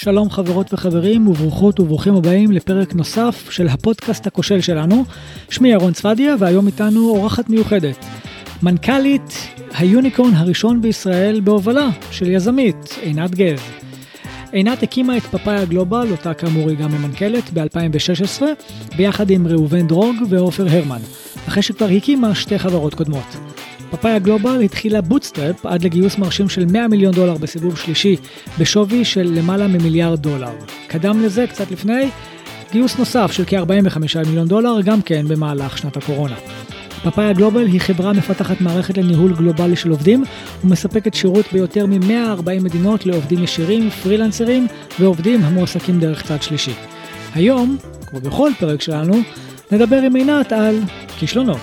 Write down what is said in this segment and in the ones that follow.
שלום חברות וחברים וברוכות וברוכים הבאים לפרק נוסף של הפודקאסט הכושל שלנו. שמי ירון צפדיה והיום איתנו אורחת מיוחדת. מנכ"לית היוניקורן הראשון בישראל בהובלה של יזמית, עינת גז. עינת הקימה את פאפאיה גלובל, אותה כאמור היא גם ממנכ"לת ב-2016, ביחד עם ראובן דרוג ועופר הרמן, אחרי שכבר הקימה שתי חברות קודמות. פאפאיה גלובל התחילה בוטסטראפ עד לגיוס מרשים של $100 מיליון בסיבוב שלישי, בשווי של למעלה $1 מיליארד. קדם לזה, קצת לפני, גיוס נוסף של כ-$45 מיליון, גם כן במהלך שנת הקורונה. פאפאיה גלובל היא חברה מפתחת מערכת לניהול גלובלי של עובדים, ומספקת שירות ביותר מ-140 מדינות לעובדים ישירים, פרילנסרים ועובדים המועסקים דרך צד שלישי. היום, כמו בכל פרק שלנו, נדבר עם עינת על כישלונות.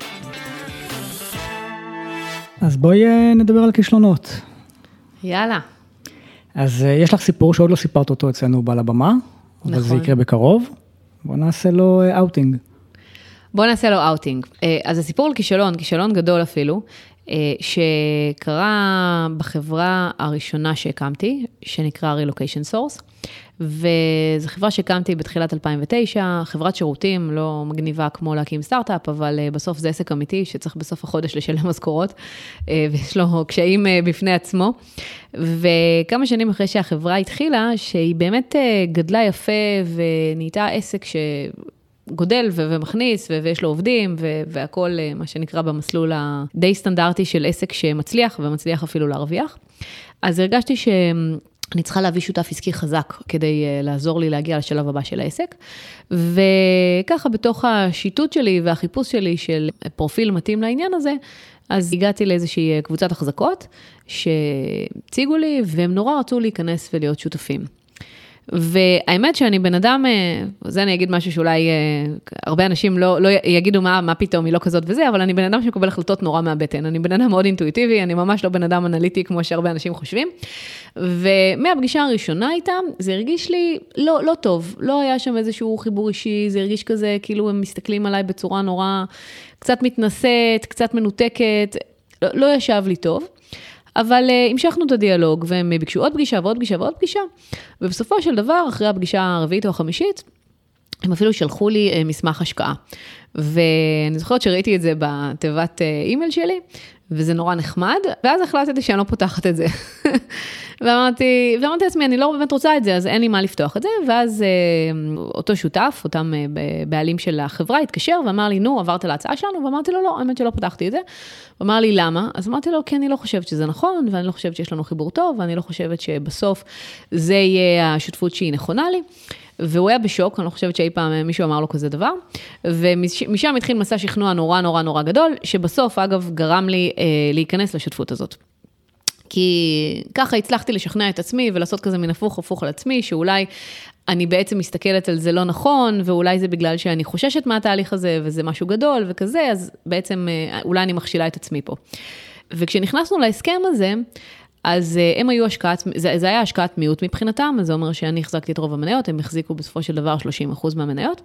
אז בואי נדבר על כישלונות. יאללה. אז יש לך סיפור שעוד לא סיפרת אותו אצלנו בעל הבמה, אבל זה יקרה בקרוב. בוא נעשה לו אאוטינג. אז הסיפור על כישלון גדול אפילו, שקרה בחברה הראשונה שהקמתי, שנקרא Relocation Source, וזו חברה שהקמתי בתחילת 2009, חברת שירותים, לא מגניבה כמו להקים סטארט-אפ, אבל בסוף זה עסק אמיתי שצריך בסוף החודש לשלם משכורות, ויש לו קשיים בפני עצמו. וכמה שנים אחרי שהחברה התחילה, שהיא באמת גדלה יפה ונהייתה עסק גודל ומכניס, ויש לו עובדים, והכל מה שנקרא במסלול הדי סטנדרטי של עסק שמצליח, ומצליח אפילו להרוויח. אז הרגשתי שאני צריכה להביא שותף עסקי חזק, כדי לעזור לי להגיע לשלב הבא של העסק. וככה בתוך השיטוט שלי והחיפוש שלי של פרופיל מתאים לעניין הזה, אז הגעתי לאיזושהי קבוצת החזקות, שהציגו לי, והם נורא רצו להיכנס ולהיות שותפים. והאמת שאני בן אדם, זה אני אגיד משהו שאולי הרבה אנשים לא יגידו מה פתאום, היא לא כזאת וזה, אבל אני בן אדם שמקבל החלטות נורא מהבטן, אני בן אדם מאוד אינטואיטיבי, אני ממש לא בן אדם אנליטי כמו שהרבה אנשים חושבים, ומהפגישה הראשונה איתם, זה הרגיש לי לא טוב, לא היה שם איזשהו חיבור אישי, זה הרגיש כזה, כאילו הם מסתכלים עליי בצורה נורא, קצת מתנשאת, קצת מנותקת, לא ישב לי טוב, אבל המשכנו את הדיאלוג, והם ביקשו עוד פגישה ועוד פגישה ועוד פגישה, ובסופו של דבר, אחרי הפגישה הרביעית או החמישית, הם אפילו שלחו לי מסמך השקעה. ואני זוכרת שראיתי את זה בתיבת אימייל שלי, וזה נורא נחמד, ואז החלטתי שאני לא פותחת את זה. ואמרתי לעצמי, אני לא באמת רוצה את זה, אז אין לי מה לפתוח את זה, ואז אותו שותף, אותם בעלים של החברה, התקשר ואמר לי, נו, עברת להצעה שלנו, ואמרתי לו, לא, האמת שלא פתחתי את זה. הוא אמר לי, למה? אז אמרתי לו, כי אני לא חושבת שזה נכון, ואני לא חושבת שיש לנו חיבור טוב, ואני לא חושבת שבסוף זה יהיה השותפות שהיא נכונה לי. והוא היה בשוק, אני לא חושבת שאי פעם מישהו אמר לו כזה דבר, ומשם התחיל מסע שכנוע נורא נורא נורא גדול, שבסוף אגב גרם לי להיכנס לשותפות הזאת. כי ככה הצלחתי לשכנע את עצמי, ולעשות כזה מן הפוך על עצמי, שאולי אני בעצם מסתכלת על זה לא נכון, ואולי זה בגלל שאני חוששת מהתהליך הזה, וזה משהו גדול וכזה, אז בעצם אולי אני מכשילה את עצמי פה. וכשנכנסנו להסכם הזה, אז הם היו זה היה השקעת מיעוט מבחינתם, אז זה אומר שאני החזקתי את רוב המניות, הם החזיקו בסופו של דבר 30% מהמניות,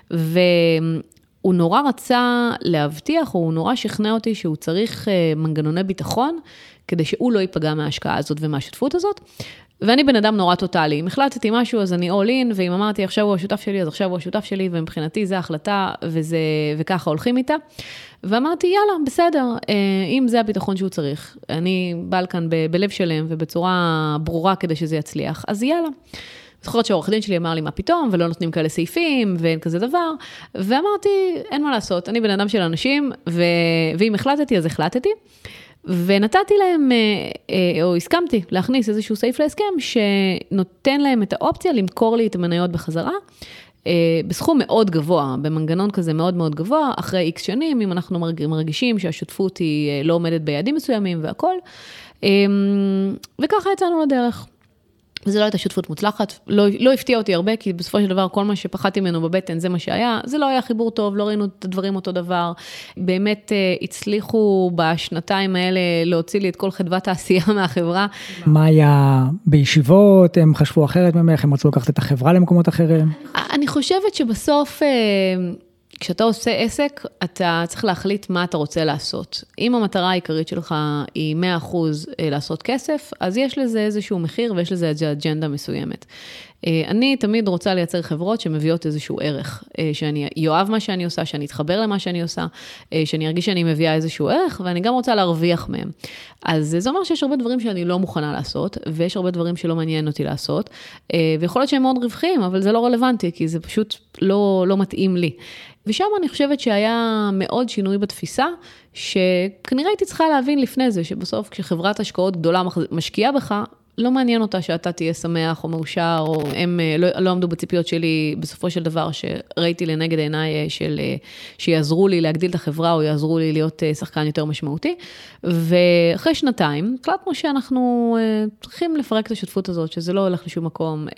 והוא נורא רצה להבטיח, הוא נורא שכנע אותי שהוא צריך מנגנוני ביטחון, כדי שהוא לא ייפגע מההשקעה הזאת ומהשותפות הזאת, ואני בן אדם נורא טוטלי, אם החלטתי משהו אז אני all in, ואם אמרתי עכשיו הוא השותף שלי, אז עכשיו הוא השותף שלי, ומבחינתי זה ההחלטה, וככה הולכים איתה, ואמרתי יאללה, בסדר, אם זה הביטחון שהוא צריך, אני בא כאן בלב שלם, ובצורה ברורה כדי שזה יצליח, אז יאללה. זוכרת שהעורך דין שלי אמר לי מה פתאום, ולא נותנים כאלה סעיפים, ואין כזה דבר, ואמרתי, אין מה לעשות, אני בן אדם של אנשים, ואם החלטתי, אז החלטתי, ונתתי להם, או הסכמתי להכניס איזשהו סעיף להסכם, שנותן להם את האופציה למכור לי את המניות בחזרה, בסכום מאוד גבוה, במנגנון כזה מאוד מאוד גבוה, אחרי איקס שנים, אם אנחנו מרגישים שהשותפות היא לא עומדת ביעדים מסוימים והכל, וככה יצאנו לדרך. וזה לא הייתה שותפות מוצלחת, לא הפתיע אותי הרבה, כי בסופו של דבר כל מה שפחדתי ממנו בבטן זה מה שהיה, זה לא היה חיבור טוב, לא ראינו את הדברים אותו דבר, באמת הצליחו בשנתיים האלה להוציא לי את כל חדוות העשייה מהחברה. מה היה בישיבות, הם חשבו אחרת ממך, הם רצו לקחת את החברה למקומות אחרים? אני חושבת שבסוף כשאתה עושה עסק, אתה צריך להחליט מה אתה רוצה לעשות. אם המטרה העיקרית שלך היא 100% לעשות כסף, אז יש לזה איזשהו מחיר ויש לזה אג'נדה מסוימת. אני תמיד רוצה לייצר חברות שמביאות איזשהו ערך, שאני אוהב מה שאני עושה, שאני אתחבר למה שאני עושה, שאני ארגיש שאני מביאה איזשהו ערך, ואני גם רוצה להרוויח מהם. אז זה אומר שיש הרבה דברים שאני לא מוכנה לעשות, ויש הרבה דברים שלא מעניין אותי לעשות, ויכול להיות שהם מאוד רווחיים, אבל זה לא רלוונטי, כי זה פשוט לא מתאים לי. ושם אני חושבת שהיה מאוד שינוי בתפיסה, שכנראה הייתי צריכה להבין לפני זה, שבסוף כשחברת השקעות גדולה משקיעה בך, לא מעניין אותה שאתה תהיה שמח או מאושר, או הם לא עמדו בציפיות שלי בסופו של דבר, שראיתי לנגד עיניי שיעזרו לי להגדיל את החברה, או יעזרו לי להיות שחקן יותר משמעותי. ואחרי שנתיים, החלטנו שאנחנו צריכים לפרק את השותפות הזאת, שזה לא הולך לשום מקום,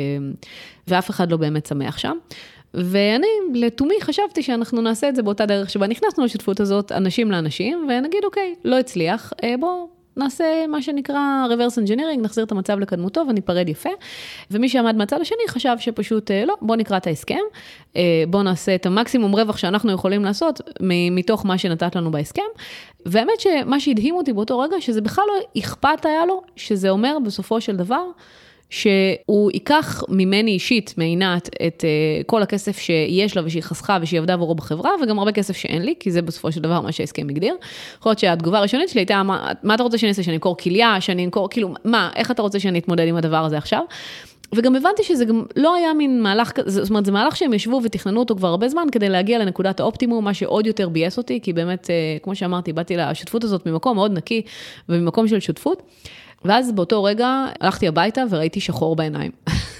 ואף אחד לא באמת שמח שם. ואני לתומי חשבתי שאנחנו נעשה את זה באותה דרך שבה נכנסנו לשותפות הזאת, אנשים לאנשים, ונגיד, אוקיי, לא הצליח, בוא נעשה מה שנקרא reverse engineering, נחזיר את המצב לקדמותו וניפרד יפה, ומי שעמד מהצד השני חשב שפשוט לא, בוא נקרא את ההסכם, בוא נעשה את המקסימום רווח שאנחנו יכולים לעשות מתוך מה שנתת לנו בהסכם, והאמת שמה שהדהים אותי באותו רגע, שזה בכלל לא אכפת היה לו, שזה אומר בסופו של דבר, שהוא ייקח ממני אישית, מעינת, את כל הכסף שיש לה ושהיא חסכה ושהיא עבדה עבורו בחברה, וגם הרבה כסף שאין לי, כי זה בסופו של דבר מה שההסכם מגדיר. יכול להיות שהתגובה הראשונית שלי הייתה, מה אתה רוצה שאני אעשה? שאני אמכור כליה, שאני אמכור, כאילו, מה, איך אתה רוצה שאני אתמודד עם הדבר הזה עכשיו? וגם הבנתי שזה גם לא היה מין מהלך, זאת אומרת, זה מהלך שהם ישבו ותכננו אותו כבר הרבה זמן, כדי להגיע לנקודת האופטימום, מה שעוד יותר בייס אותי, כי באמת, כמו שאמרתי, באתי לשותפות הזאת ממקום מאוד נקי, וממקום של שותפות. ואז באותו רגע הלכתי הביתה וראיתי שחור בעיניים.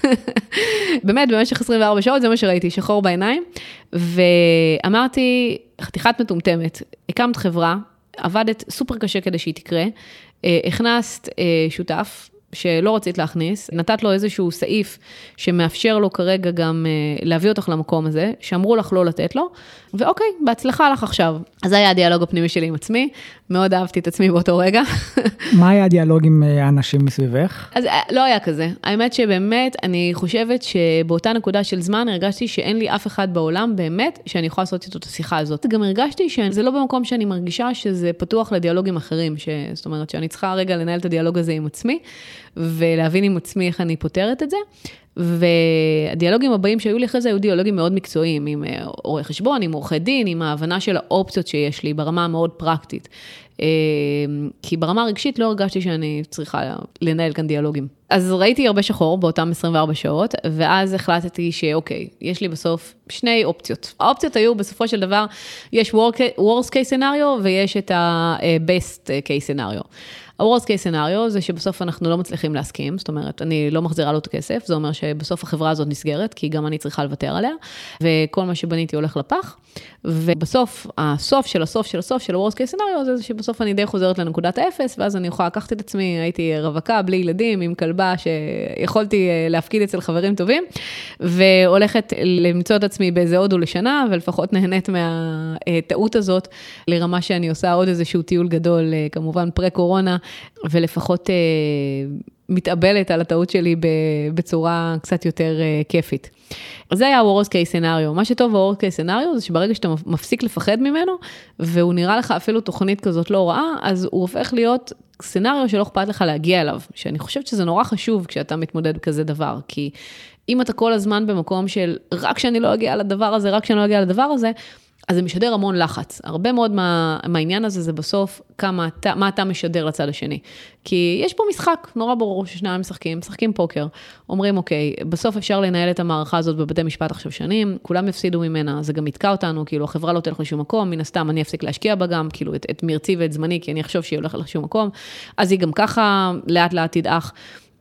באמת, במשך 24 שעות זה מה שראיתי, שחור בעיניים. ואמרתי, חתיכת מטומטמת, הקמת חברה, עבדת סופר קשה כדי שהיא תקרה, הכנסת שותף, שלא רצית להכניס, נתת לו איזשהו סעיף שמאפשר לו כרגע גם להביא אותך למקום הזה, שאמרו לך לא לתת לו, ואוקיי, בהצלחה לך עכשיו. אז זה היה הדיאלוג הפנימי שלי עם עצמי, מאוד אהבתי את עצמי באותו רגע. מה היה הדיאלוג עם האנשים מסביבך? אז לא היה כזה. האמת שבאמת, אני חושבת שבאותה נקודה של זמן, הרגשתי שאין לי אף אחד בעולם באמת, שאני יכולה לעשות איתו את השיחה הזאת. גם הרגשתי שזה לא במקום שאני מרגישה שזה פתוח לדיאלוגים אחרים, זאת אומרת שאני צריכה רגע לנהל את הדיאלוג הזה עם עצמי, ולהבין עם עצמי איך אני פותרת את זה. והדיאלוגים הבאים שהיו לי אחרי זה, היו דיאלוגים מאוד מקצועיים, עם עורך חשבון, עם עורכי דין, עם ההבנה של האופציות שיש לי, ברמה מאוד פרקטית. כי ברמה הרגשית לא הרגשתי שאני צריכה לנהל כאן דיאלוגים. אז ראיתי הרבה שחור באותם 24 שעות, ואז החלטתי שאוקיי, יש לי בסוף שני אופציות. האופציות היו בסופו של דבר, יש worst case scenario, ויש את ה-best case scenario. ה-worst case scenario זה שבסוף אנחנו לא מצליחים להסכים, זאת אומרת, אני לא מחזירה לו את הכסף, זה אומר שבסוף החברה הזאת נסגרת, כי גם אני צריכה לוותר עליה, וכל מה שבניתי הולך לפח, ובסוף, הסוף של הסוף של הסוף של ה-worst case scenario זה שבסוף אני די חוזרת לנקודת האפס, ואז אני יכולה לקחת את עצמי, הייתי רווקה, בלי ילדים, עם כלבה שיכולתי להפקיד אצל חברים טובים, והולכת למצוא את עצמי באיזה עוד לשנה, ולפחות נהנית מהטעות הזאת, לרמה שאני עושה עוד איזשהו טיול גדול, כמובן פרה-קורונה, ולפחות מתאבלת על הטעות שלי בצורה קצת יותר כיפית. אז זה היה ה-worst case scenario. מה שטוב ב-worst case scenario זה שברגע שאתה מפסיק לפחד ממנו, והוא נראה לך אפילו תוכנית כזאת לא רעה, אז הוא הופך להיות סצנריו שלא אכפת לך להגיע אליו, שאני חושבת שזה נורא חשוב כשאתה מתמודד בכזה דבר, כי אם אתה כל הזמן במקום של רק שאני לא אגיע לדבר הזה, רק שאני לא אגיע לדבר הזה, אז זה משדר המון לחץ. הרבה מאוד מהעניין הזה זה בסוף מה אתה משדר לצד השני. כי יש פה משחק, נורא ברור ששניים משחקים פוקר. אומרים, אוקיי, בסוף אפשר לנהל את המערכה הזאת בבתי משפט עכשיו שנים, כולם יפסידו ממנה, זה גם יתקע אותנו, כאילו החברה לא תלך לשום מקום, מן הסתם אני אפסיק להשקיע בה גם, כאילו את מרצי ואת זמני, כי אני אחשוב שהיא הולכת לשום מקום, אז היא גם ככה לאט לאט תדעך.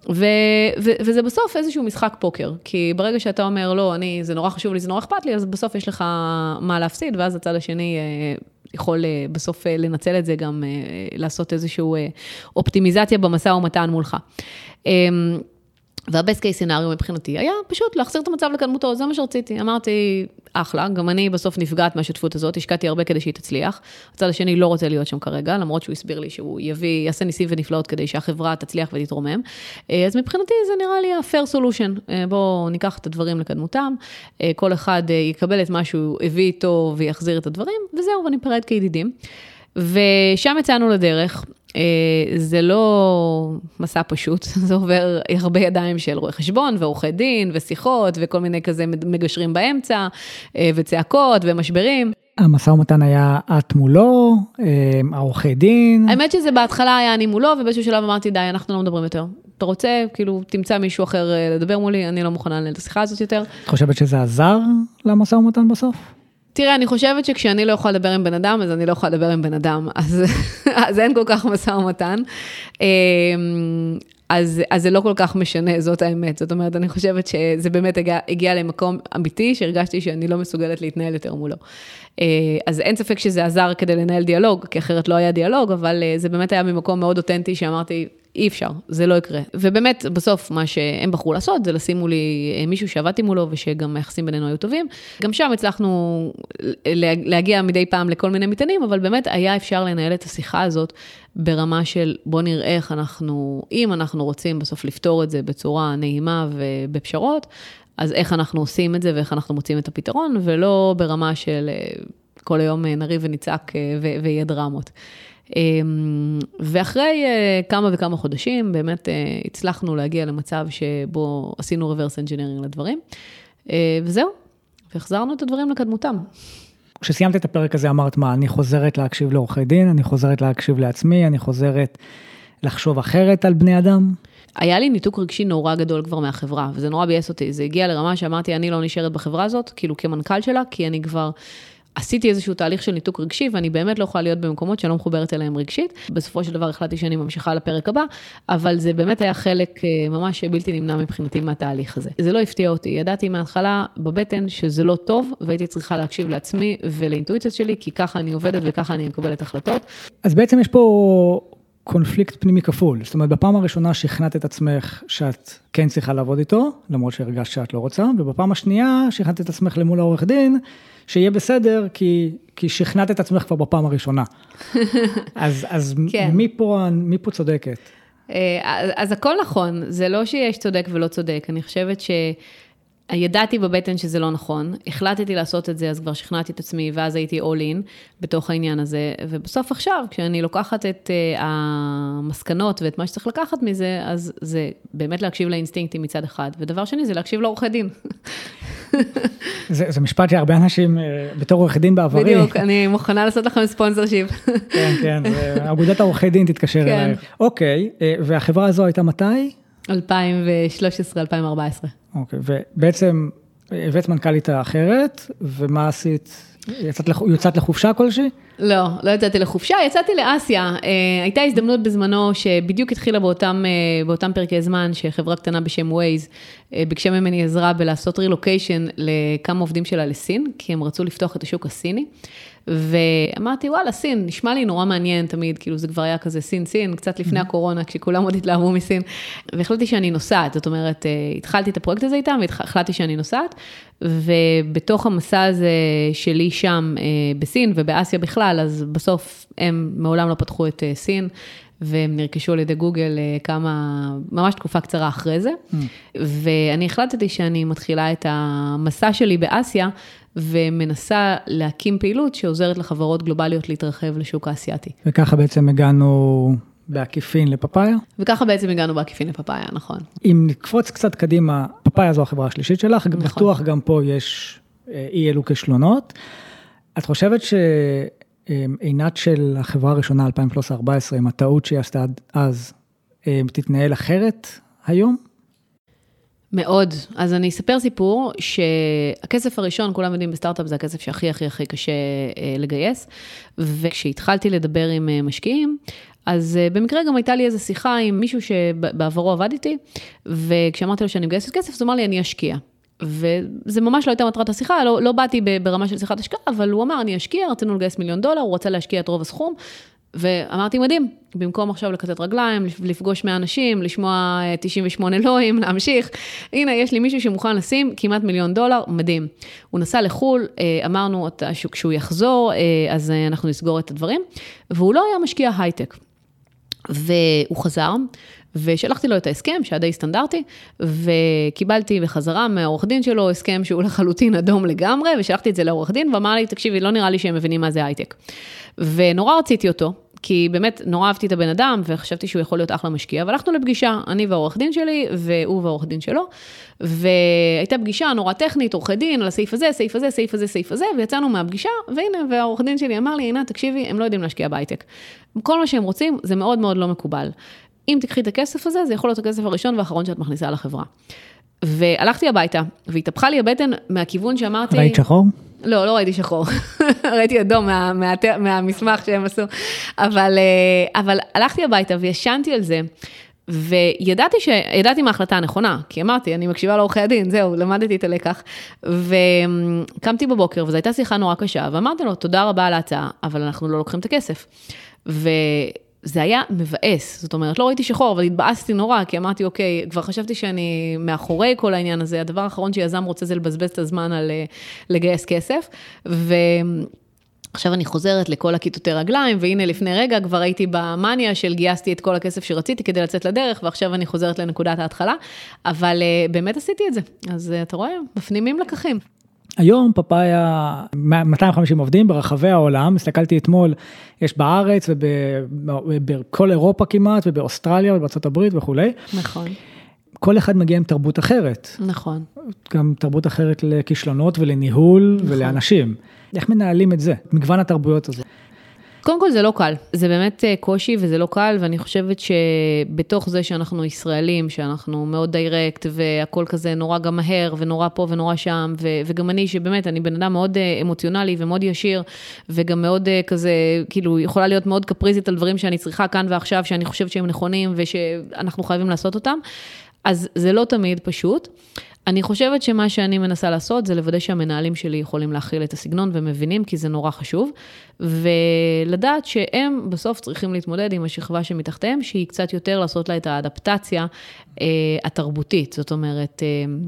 וזה בסוף איזשהו משחק פוקר, כי ברגע שאתה אומר, לא, זה נורא חשוב לי, זה נורא אכפת לי, אז בסוף יש לך מה להפסיד, ואז הצד השני יכול בסוף לנצל את זה גם, לעשות איזשהו אופטימיזציה במשא ומתן מולך. והבסט קייס סנריו מבחינתי היה פשוט להחזיר את המצב לקדמותו, זה מה שרציתי. אמרתי, אחלה, גם אני בסוף נפגעת מהשותפות הזאת, השקעתי הרבה כדי שהיא תצליח. הצד השני לא רוצה להיות שם כרגע, למרות שהוא הסביר לי שהוא יעשה ניסים ונפלאות כדי שהחברה תצליח ותתרומם. אז מבחינתי זה נראה לי ה-fair solution. בואו ניקח את הדברים לקדמותם, כל אחד יקבל את מה שהוא הביא איתו ויחזיר את הדברים, וזהו, וניפרד כידידים. ושם יצאנו לדרך. זה לא מסע פשוט, זה עובר הרבה ידיים של רואי חשבון ועורכי דין ושיחות וכל מיני כזה מגשרים באמצע וצעקות ומשברים. המשא ומתן היה את מולו, העורכי דין. האמת שזה בהתחלה היה אני מולו ובאיזשהו שלב אמרתי די, אנחנו לא מדברים יותר. אתה רוצה, כאילו תמצא מישהו אחר לדבר מולי, אני לא מוכנה לנהל את השיחה הזאת יותר. את חושבת שזה עזר למשא ומתן בסוף? תראה, אני חושבת שכשאני לא יכולה לדבר עם בן אדם, אז אני לא יכולה לדבר עם בן אדם, אז אין כל כך משא ומתן. אז זה לא כל כך משנה, זאת האמת. זאת אומרת, אני חושבת שזה באמת הגיע למקום אמיתי, שהרגשתי שאני לא מסוגלת להתנהל יותר מולו. אז אין ספק שזה עזר כדי לנהל דיאלוג, כי אחרת לא היה דיאלוג, אבל זה באמת היה ממקום מאוד אותנטי, שאמרתי, אי אפשר, זה לא יקרה. ובאמת, בסוף, מה שהם בחרו לעשות, זה לשים מולי מישהו שעבדתי מולו, ושגם היחסים בינינו היו טובים. גם שם הצלחנו להגיע מדי פעם לכל מיני מתנים, אבל באמת היה אפשר לנהל את השיחה הזאת, ברמה של בוא נראה איך אנחנו, אם אנחנו רוצים בסוף לפתור את זה בצורה נעימה ובפשרות, אז איך אנחנו עושים את זה, ואיך אנחנו מוצאים את הפתרון, ולא ברמה של כל היום נריב וניצק ויהיה דרמות. ואחרי כמה וכמה חודשים, באמת הצלחנו להגיע למצב שבו עשינו reverse engineering לדברים, וזהו, והחזרנו את הדברים לקדמותם. כשסיימת את הפרק הזה אמרת מה, אני חוזרת להקשיב לעורכי דין, אני חוזרת להקשיב לעצמי, אני חוזרת לחשוב אחרת על בני אדם? היה לי ניתוק רגשי נורא גדול כבר מהחברה, וזה נורא בייס אותי, זה הגיע לרמה שאמרתי, אני לא נשארת בחברה הזאת, כאילו כמנכ"ל שלה, כי אני כבר עשיתי איזשהו תהליך של ניתוק רגשי, ואני באמת לא יכולה להיות במקומות שאני לא מחוברת אליהם רגשית. בסופו של דבר החלטתי שאני ממשיכה לפרק הבא, אבל זה באמת היה חלק ממש בלתי נמנע מבחינתי מהתהליך הזה. זה לא הפתיע אותי, ידעתי מההתחלה בבטן שזה לא טוב, והייתי צריכה להקשיב לעצמי ולאינטואיציות שלי, כי ככה אני עובדת וככה אני מקבלת החלטות. אז בעצם יש פה קונפליקט פנימי כפול. זאת אומרת, בפעם הראשונה שכנעת את עצמך שאת כן צריכה לעבוד איתו, למרות שהרגשת שאת לא רוצה, ובפעם השנייה שכנעת את עצמך למול העורך דין, שיהיה בסדר, כי שכנעת את עצמך כבר בפעם הראשונה. אז כן. מי פה צודקת? אז הכל נכון, זה לא שיש צודק ולא צודק, אני חושבת ידעתי בבטן שזה לא נכון, החלטתי לעשות את זה, אז כבר שכנעתי את עצמי, ואז הייתי all in בתוך העניין הזה, ובסוף עכשיו, כשאני לוקחת את המסקנות ואת מה שצריך לקחת מזה, אז זה באמת להקשיב לאינסטינקטים מצד אחד, ודבר שני זה להקשיב לעורכי דין. זה משפט שהרבה אנשים בתור עורכי דין בעברי. בדיוק, אני מוכנה לעשות לכם ספונסר שיפ. כן, כן, אגודת העורכי דין תתקשר אליי. אוקיי, והחברה הזו הייתה מתי? 2013-2014. אוקיי, ובעצם הבאת מנכ"לית אחרת, ומה עשית? יצאת לחופשה כלשהי? לא, לא יצאתי לחופשה, יצאתי לאסיה. הייתה הזדמנות בזמנו שבדיוק התחילה באותם פרקי זמן, שחברה קטנה בשם ווייז, ביקשה ממני עזרה בלעשות רילוקיישן לכמה עובדים שלה לסין, כי הם רצו לפתוח את השוק הסיני, ואמרתי, וואלה, סין, נשמע לי נורא מעניין תמיד, כאילו זה כבר היה כזה סין, קצת לפני הקורונה, כשכולם עוד התלהבו מסין, והחלטתי שאני נוסעת, זאת אומרת, התחלתי את הפרויקט הזה איתם, והחלטתי שאני נוסעת, ובתוך המסע הזה שלי שם בסין ובאסיה בכלל, אז בסוף הם מעולם לא פתחו את סין, והם נרכשו על ידי גוגל ממש תקופה קצרה אחרי זה, ואני החלטתי שאני מתחילה את המסע שלי באסיה, ומנסה להקים פעילות שעוזרת לחברות גלובליות להתרחב לשוק האסייתי. וככה בעצם הגענו בעקיפין לפאפאיה? וככה בעצם הגענו בעקיפין לפאפאיה, נכון. אם נקפוץ קצת קדימה, פאפאיה זו החברה השלישית שלך, נכון. בטוח גם פה יש אי אלו כישלונות. את חושבת שעינת של החברה הראשונה 2013-2014, עם הטעות שהיא עשתה אז, תתנהל אחרת היום? מאוד. אז אני אספר סיפור שהכסף הראשון, כולם יודעים בסטארט-אפ, זה הכסף שהכי הכי הכי קשה לגייס, וכשהתחלתי לדבר עם משקיעים, אז במקרה גם הייתה לי איזו שיחה עם מישהו שבעברו עבד איתי, וכשאמרתי לו שאני מגייסת כסף, אז הוא אמר לי, אני אשקיע. וזה ממש לא הייתה מטרת השיחה, לא באתי ברמה של שיחת השקעה, אבל הוא אמר, אני אשקיע, רצינו לגייס $1,000,000, הוא רצה להשקיע את רוב הסכום, ואמרתי, מדהים, במקום עכשיו לקצת רגליים, לפגוש 100 אנשים, לשמוע 98 לואים, להמשיך. הנה, יש לי מישהו שמוכן לשים כמעט $1,000,000, מדהים. הוא נסע לחול, אמרנו, כשהוא יחזור, אז אנחנו נסגור את הדברים, והוא לא היה משקיע הייטק. והוא חזר, ושלחתי לו את ההסכם, שהיה די סטנדרטי, וקיבלתי בחזרה מהעורך דין שלו הסכם שהוא לחלוטין אדום לגמרי, ושלחתי את זה לעורך דין, ואמר לי, תקשיבי, לא נראה לי שהם מבינים מה זה הייטק. ונורא רציתי אותו, כי באמת נורא אהבתי את הבן אדם, וחשבתי שהוא יכול להיות אחלה משקיע, והלכנו לפגישה, אני והעורך דין שלי, והוא והעורך דין שלו, והייתה פגישה נורא טכנית, עורכי דין, על הסעיף הזה, סעיף הזה, סעיף הזה, סעיף הזה, ויצאנו מהפגישה, והנה, והעורך דין שלי אמר לי, הנה, תקשיבי, הם לא יודעים להשקיע בהייטק. כל מה שהם רוצים, זה מאוד מאוד לא מקובל. אם תקחי את הכסף הזה, זה יכול להיות הכסף הראשון והאחרון שאת מכניסה לחברה. והלכתי הביתה, והתהפכה לי הבטן מהכיוון שאמרתי... ראית שחור? לא, לא ראיתי שחור. ראיתי אדום מהמסמך שהם עשו. אבל הלכתי הביתה וישנתי על זה, וידעתי מההחלטה הנכונה, כי אמרתי, אני מקשיבה לעורכי הדין, זהו, למדתי את הלקח, וקמתי בבוקר, וזו הייתה שיחה נורא קשה, ואמרתי לו, תודה רבה על ההצעה, אבל אנחנו לא לוקחים את הכסף. זה היה מבאס, זאת אומרת, לא ראיתי שחור, אבל התבאסתי נורא, כי אמרתי, אוקיי, כבר חשבתי שאני מאחורי כל העניין הזה, הדבר האחרון שיזם רוצה זה לבזבז את הזמן על לגייס כסף, עכשיו אני חוזרת לכל הכיתותי רגליים, והנה לפני רגע כבר הייתי במאניה של גייסתי את כל הכסף שרציתי כדי לצאת לדרך, ועכשיו אני חוזרת לנקודת ההתחלה, אבל באמת עשיתי את זה, אז אתה רואה, מפנימים לקחים. היום פאפאיה 250 עובדים ברחבי העולם, הסתכלתי אתמול, יש בארץ ובכל אירופה כמעט, ובאוסטרליה ובארצות הברית וכו'. נכון. כל אחד מגיע עם תרבות אחרת. נכון. גם תרבות אחרת לכישלונות ולניהול נכון. ולאנשים. איך מנהלים את זה? מגוון התרבויות הזה. קודם כל זה לא קל, זה באמת קושי וזה לא קל, ואני חושבת שבתוך זה שאנחנו ישראלים, שאנחנו מאוד דיירקט, והכל כזה נורא גם מהר, ונורא פה ונורא שם, וגם אני שבאמת, אני בן אדם מאוד אמוציונלי ומאוד ישיר, וגם מאוד כזה, כאילו יכולה להיות מאוד קפריזית על דברים שאני צריכה כאן ועכשיו, שאני חושבת שהם נכונים, ושאנחנו חייבים לעשות אותם, אז זה לא תמיד פשוט. אני חושבת שמה שאני מנסה לעשות, זה לוודא שהמנהלים שלי יכולים להכיל את הסגנון ומבינים, כי זה נורא חשוב, ולדעת שהם בסוף צריכים להתמודד עם השכבה שמתחתיהם, שהיא קצת יותר לעשות לה את האדפטציה התרבותית, זאת אומרת,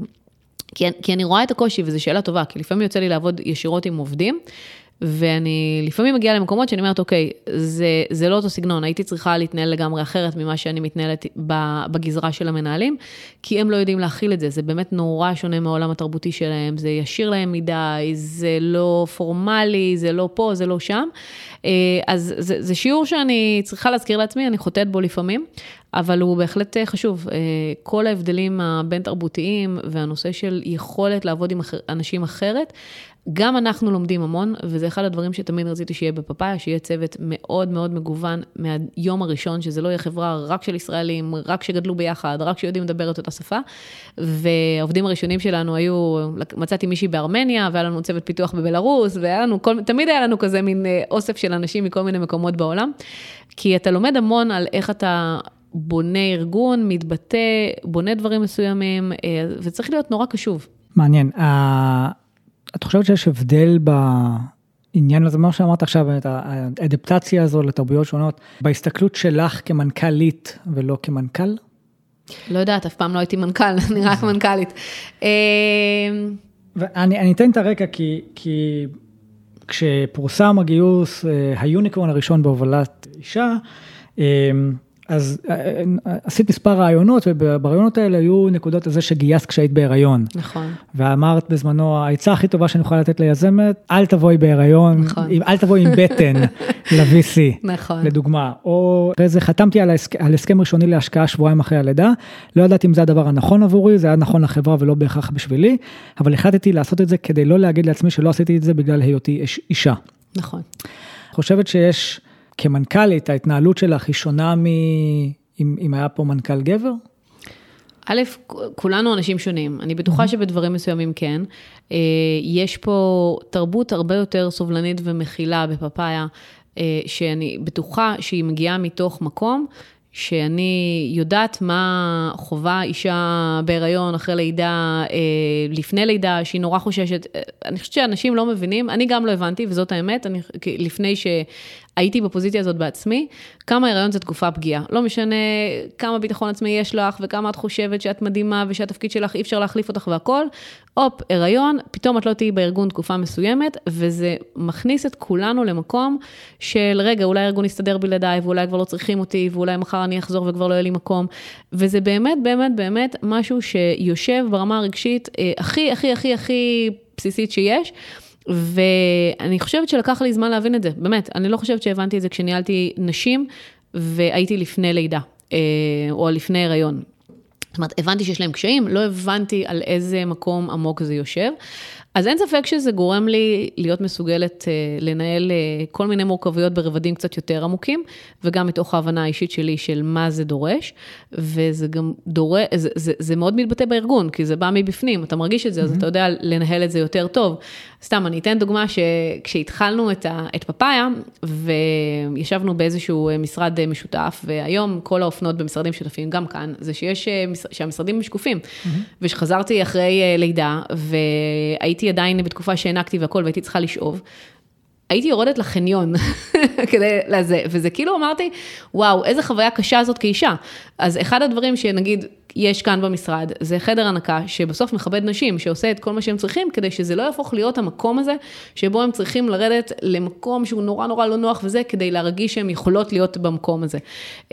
כי אני רואה את הקושי, וזו שאלה טובה, כי לפעמים יוצא לי לעבוד ישירות עם עובדים, ואני לפעמים מגיעה למקומות שאני אומרת, אוקיי, זה לא אותו סגנון, הייתי צריכה להתנהל לגמרי אחרת ממה שאני מתנהלת בגזרה של המנהלים, כי הם לא יודעים להכיל את זה, זה באמת נורא שונה מהעולם התרבותי שלהם, זה ישיר להם מדי, זה לא פורמלי, זה לא פה, זה לא שם, אז זה שיעור שאני צריכה להזכיר לעצמי, אני חוטאת בו לפעמים, אבל הוא בהחלט חשוב, כל ההבדלים הבין תרבותיים, והנושא של יכולת לעבוד עם אנשים אחרת, גם אנחנו לומדים המון, וזה אחד הדברים שתמיד רציתי שיהיה בפאפאיה, שיהיה צוות מאוד מאוד מגוון מהיום הראשון, שזה לא יהיה חברה רק של ישראלים, רק שגדלו ביחד, רק שיודעים לדבר את אותה שפה, והעובדים הראשונים שלנו היו, מצאתי מישהי בארמניה, והיה לנו צוות פיתוח בבלרוס, תמיד היה לנו כזה מין אוסף של אנשים מכל מיני מקומות בעולם, כי אתה לומד המון על איך אתה בונה ארגון, מתבטא, בונה דברים מסוימים, וצריך להיות נורא קשוב. מעניין. את חושבת שיש הבדל בעניין הזה, מה שאמרת עכשיו, את האדפטציה הזו לתרבויות שונות, בהסתכלות שלך כמנכ"לית ולא כמנכ"ל? לא יודעת, אף פעם לא הייתי מנכ"ל, אני רק מנכ"לית. אני אתן את הרקע, כי כשפורסם הגיוס, היוניקורן הראשון בהובלת אישה, אז עשית מספר רעיונות, וברעיונות האלה היו נקודות לזה שגייסת כשהיית בהיריון. נכון. ואמרת בזמנו, העצה הכי טובה שאני יכולה לתת ליזמת, אל תבואי בהיריון, נכון. אל תבואי עם בטן ל-VC, נכון. לדוגמה. או אחרי זה חתמתי על הסכם ראשוני להשקעה שבועיים אחרי הלידה, לא ידעתי אם זה הדבר הנכון עבורי, זה היה נכון לחברה ולא בהכרח בשבילי, אבל החלטתי לעשות את זה כדי לא להגיד לעצמי שלא עשיתי את זה בגלל היותי אישה. נכון. חושבת שיש כמנכ"לית, ההתנהלות שלך היא שונה אם היה פה מנכ"ל גבר? א', כולנו אנשים שונים. אני בטוחה שבדברים מסוימים כן. יש פה תרבות הרבה יותר סובלנית ומכילה בפאפאיה, שאני בטוחה שהיא מגיעה מתוך מקום, שאני יודעת מה חובה אישה בהיריון, אחרי לידה, לפני לידה, שהיא נורא חוששת. אני חושבת שאנשים לא מבינים, אני גם לא הבנתי, וזאת האמת, לפני הייתי בפוזיציה הזאת בעצמי, כמה הריון זה תקופה פגיעה. לא משנה כמה ביטחון עצמי יש לך, וכמה את חושבת שאת מדהימה, ושהתפקיד שלך אי אפשר להחליף אותך והכל. הריון, פתאום את לא תהיי בארגון תקופה מסוימת, וזה מכניס את כולנו למקום של רגע, אולי הארגון יסתדר בלעדיי, ואולי כבר לא צריכים אותי, ואולי מחר אני אחזור וכבר לא יהיה לי מקום. וזה באמת, באמת, באמת משהו שיושב ברמה הרגשית הכי, הכי, הכי, הכי בסיסית שיש. ואני חושבת שלקח לי זמן להבין את זה, באמת, אני לא חושבת שהבנתי את זה כשניהלתי נשים, והייתי לפני לידה, או לפני הריון. זאת אומרת, הבנתי שיש להם קשיים, לא הבנתי על איזה מקום עמוק זה יושב, אז אין ספק שזה גורם לי להיות מסוגלת לנהל כל מיני מורכבויות ברבדים קצת יותר עמוקים, וגם מתוך ההבנה האישית שלי של מה זה דורש, וזה גם דורש, זה מאוד מתבטא בארגון, כי זה בא מבפנים, אתה מרגיש את זה, אז אתה יודע לנהל את זה יותר טוב. סתם, אני אתן דוגמה שכשהתחלנו את פפאיה, וישבנו באיזשהו משרד משותף, והיום כל האופנות במשרדים שותפים, גם כאן, זה שהמשרדים משקופים, ושחזרתי אחרי לידה, והייתי עדיין בתקופה שהענקתי והכל, והייתי צריכה לשאוב, הייתי יורדת לחניון, כדי לזה, וזה כאילו אמרתי, וואו, איזה חוויה קשה הזאת כאישה. אז אחד הדברים שנגיד, יש כאן במשרד, זה חדר הנקה, שבסוף מכבד נשים, שעושה את כל מה שהם צריכים, כדי שזה לא יהפוך להיות המקום הזה, שבו הם צריכים לרדת למקום שהוא נורא נורא לא נוח וזה, כדי להרגיש שהם יכולות להיות במקום הזה.